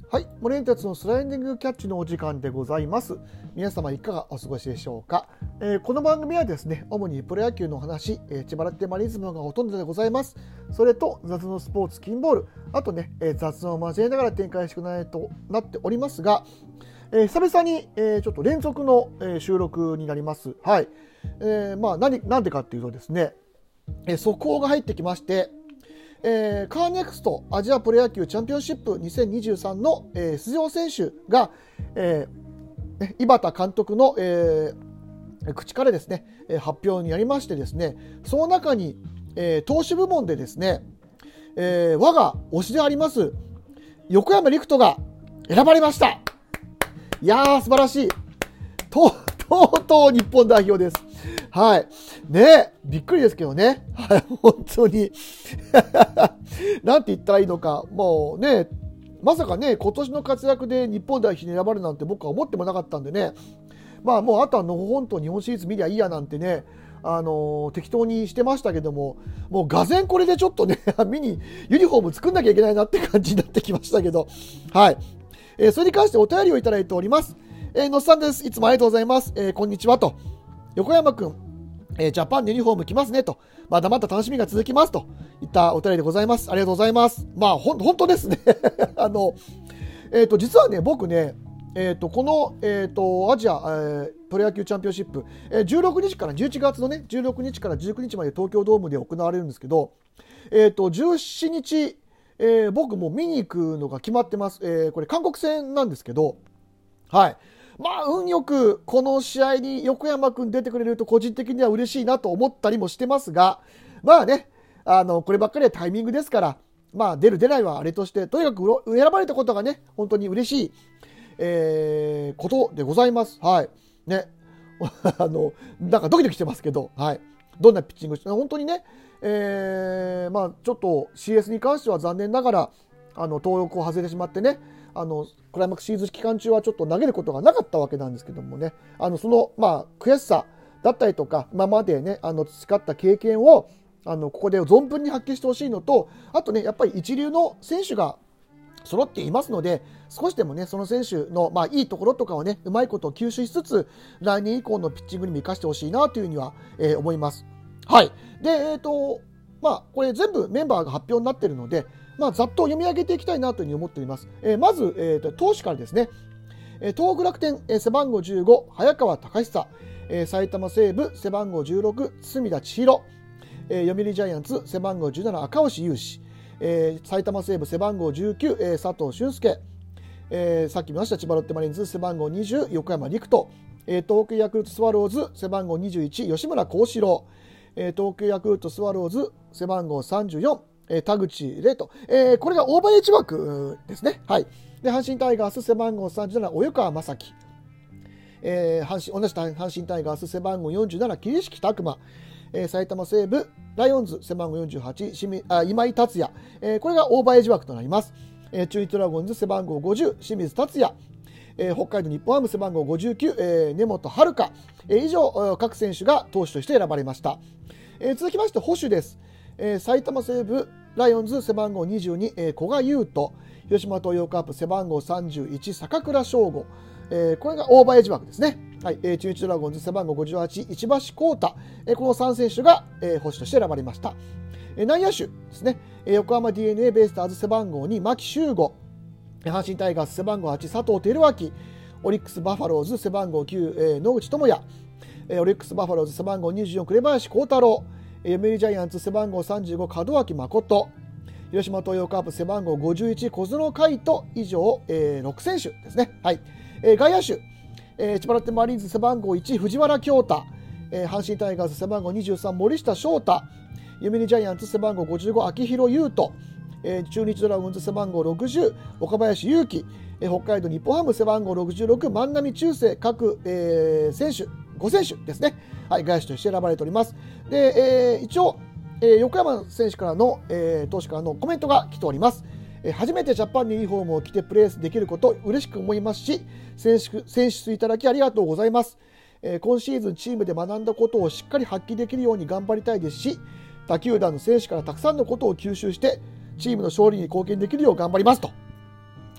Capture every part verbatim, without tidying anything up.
はい、モレンテツのスライディングキャッチのお時間でございます。皆様いかがお過ごしでしょうか。えー、この番組はですね、主にプロ野球の話、えー、千葉ロッテマリーンズのがほとんどでございます。それと雑のスポーツ金ボール、あとね、えー、雑談を交えながら展開していく内容となっておりますが、えー、久々に、えー、ちょっと連続の、えー、収録になります。はい。えー、まあ何なんでかっていうとですね、えー、速報が入ってきまして。えー、カーネクストアジアプロ野球チャンピオンシップにせんにじゅうさんの、えー、出場選手が、えー、井端監督の、えー、口からですね、発表になりましてですね、その中に、えー、投手部門でですね、えー、我が推しであります横山陸斗が選ばれました。いやー素晴らしい。ととうとう日本代表です。はい。ねびっくりですけどね。はい、本当に。なんて言ったらいいのか。もうね、まさかね、今年の活躍で日本代表に選ばれるなんて僕は思ってもなかったんでね。まあもうあとはのほほんと日本シリーズ見りゃいいやなんてね、あのー、適当にしてましたけども、もうがぜんこれでちょっとね、見にユニフォーム作んなきゃいけないなって感じになってきましたけど。はい。えー、それに関してお便りをいただいております。えー、のっさんです。いつもありがとうございます。えー、こんにちはと。横山くん、えー、ジャパンのユニフォーム着ますねと。まだまだ楽しみが続きますといったお便りでございます。ありがとうございます。まあ、ほん、本当ですね。あの、えっと、実はね、僕ね、えっと、この、えっと、アジア、えー、プロ野球チャンピオンシップ、えー、じゅうろくにちからじゅういちがつのね、じゅうろくにちからじゅうくにちまで東京ドームで行われるんですけど、えっと、じゅうしちにち、えー、僕も見に行くのが決まってます。えー、これ韓国戦なんですけど、はい。まあ、運よくこの試合に横山くん出てくれると個人的には嬉しいなと思ったりもしてますが、まあね、あの、こればっかりはタイミングですから、まあ出る出ないはあれとして、とにかく選ばれたことがね、本当に嬉しい、えー、ことでございます。はい。ね。あの、なんかドキドキしてますけど、はい。どんなピッチングして、本当にね、えー、まあちょっと シーエス に関しては残念ながら、あの、登録を外れてしまってね、あのクライマックスシリーズ期間中はちょっと投げることがなかったわけなんですけどもね、あのその、まあ、悔しさだったりとか今までねあの培った経験をあのここで存分に発揮してほしいのと、あとねやっぱり一流の選手が揃っていますので、少しでもねその選手の、まあ、いいところとかをねうまいことを吸収しつつ来年以降のピッチングにも生かしてほしいなというふうには、えー、思います。はい。で、えーとまあ、これ全部メンバーが発表になっているので、まあ、ざっと読み上げていきたいなというふうに思っております。えー、まず、えーと、投手からですね。えー、東北楽天、えー、背番号じゅうご、早川隆久、えー、埼玉西武、背番号じゅうろく、隅田千尋、えー、読売ジャイアンツ、背番号じゅうなな、赤星雄志、えー、埼玉西武、背番号じゅうきゅう、えー、佐藤俊介、えー、さっき見ました千葉ロッテマリーンズ、背番号にじゅう、横山陸斗、えー、東京ヤクルトスワローズ、背番号にじゅういち、吉村幸四郎、えー、東京ヤクルトスワローズ、背番号さんじゅうよん、えー、田口礼と、えー、これがオーバーエイジ枠ですね。はい。で、阪神タイガース背番号さんじゅうなな、及川正樹。えー、阪神、同じ阪神タイガース背番号よんじゅうなな、桐敷拓磨。えー、埼玉西武、ライオンズ背番号よんじゅうはち、あ今井達也。えー、これがオーバーエイジ枠となります。えー、中日ドラゴンズ背番号ごじゅう、清水達也。えー、北海道日本ハム背番号ごじゅうきゅう、えー、根本遥。えー、以上、各選手が投手として選ばれました。えー、続きまして捕手です。えー、埼玉西武ライオンズ背番号にじゅうに、えー、古賀優斗、広島東洋カープ背番号さんじゅういち、坂倉翔吾、えー、これがオーバーエイジ枠ですね。はい、えー、中日ドラゴンズ背番号ごじゅうはち、市橋浩太、えー、このさん選手が、えー、捕手として選ばれました。えー、内野手ですね、えー、横浜 ディーエヌエー ベイスターズ背番号に牧秀悟、阪神タイガース背番号はち、佐藤輝明、オリックスバファローズ背番号きゅう、えー、野口智也、えー、オリックスバファローズ背番号にじゅうよん、紅林幸太郎、読売ジャイアンツ背番号さんじゅうご、門脇誠、広島東洋カープ背番号ごじゅういち、小園海斗、以上、えー、ろく選手ですね。はい。えー、外野手、えー、千葉ロッテマリーンズ背番号いち、藤原恭太、えー、阪神タイガース背番号にじゅうさん、森下翔太、読売ジャイアンツ背番号ごじゅうご、秋広優斗、えー、中日ドラゴンズ背番号ろくじゅう、岡林勇希、えー、北海道日本ハム背番号ろくじゅうろく、万波中正、各、えー、選手、ご選手ですね。はい、外手として選ばれております。で、えー、一応、えー、横山選手からの、えー、投手からのコメントが来ております。えー、初めてジャパンのユニフォームを着てプレーできること嬉しく思いますし、選出選出いただきありがとうございます。えー、今シーズンチームで学んだことをしっかり発揮できるように頑張りたいですし、他球団の選手からたくさんのことを吸収してチームの勝利に貢献できるよう頑張りますと。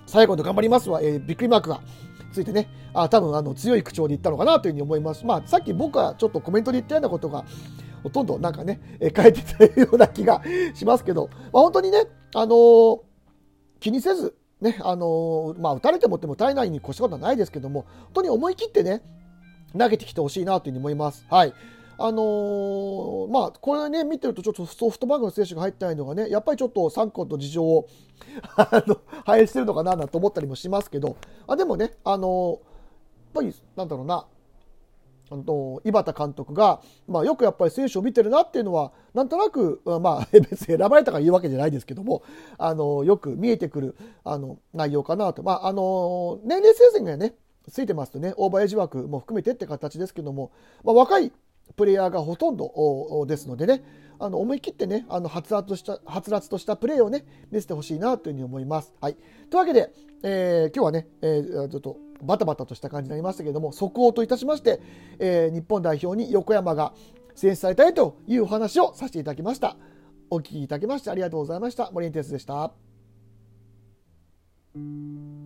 最後の頑張りますは、えー、びっくりマークがついてね、あ多分あの強い口調で言ったのかなというふうに思います。まあ、さっき僕はちょっとコメントで言ったようなことがほとんどなんかね、えー、書いてたような気がしますけど、まあ、本当にね、あのー、気にせず、ね、あのー、まあ、打たれてもっても体内に越したことはないですけども、本当に思い切ってね、投げてきてほしいなというふうに思います。はい。あのー、まあ、これね、見てるとちょっとソフトバンクの選手が入ってないのがね、やっぱりちょっと昨今の事情をあの反映してるのかなと思ったりもしますけど、あでもね、あのー、やっぱりなんだろうな、あの井端監督が、まあ、よくやっぱり選手を見てるなっていうのはなんとなく、まあ、別に選ばれたから言うわけじゃないですけども、あのよく見えてくるあの内容かなと、まあ、あの年齢制限がねついてますとね、オーバーエイジ枠も含めてって形ですけども、まあ、若いプレイヤーがほとんどですのでね、あの思い切ってね、あのはつらつとしたはつらつとしたプレーをね見せてほしいなというふうに思います。はい、というわけで、えー、今日はね、えー、ちょっとバタバタとした感じになりましたけれども、速報といたしまして、えー、日本代表に横山が選出されたいというお話をさせていただきました。お聞きいただきましてありがとうございました。森エンテスでした。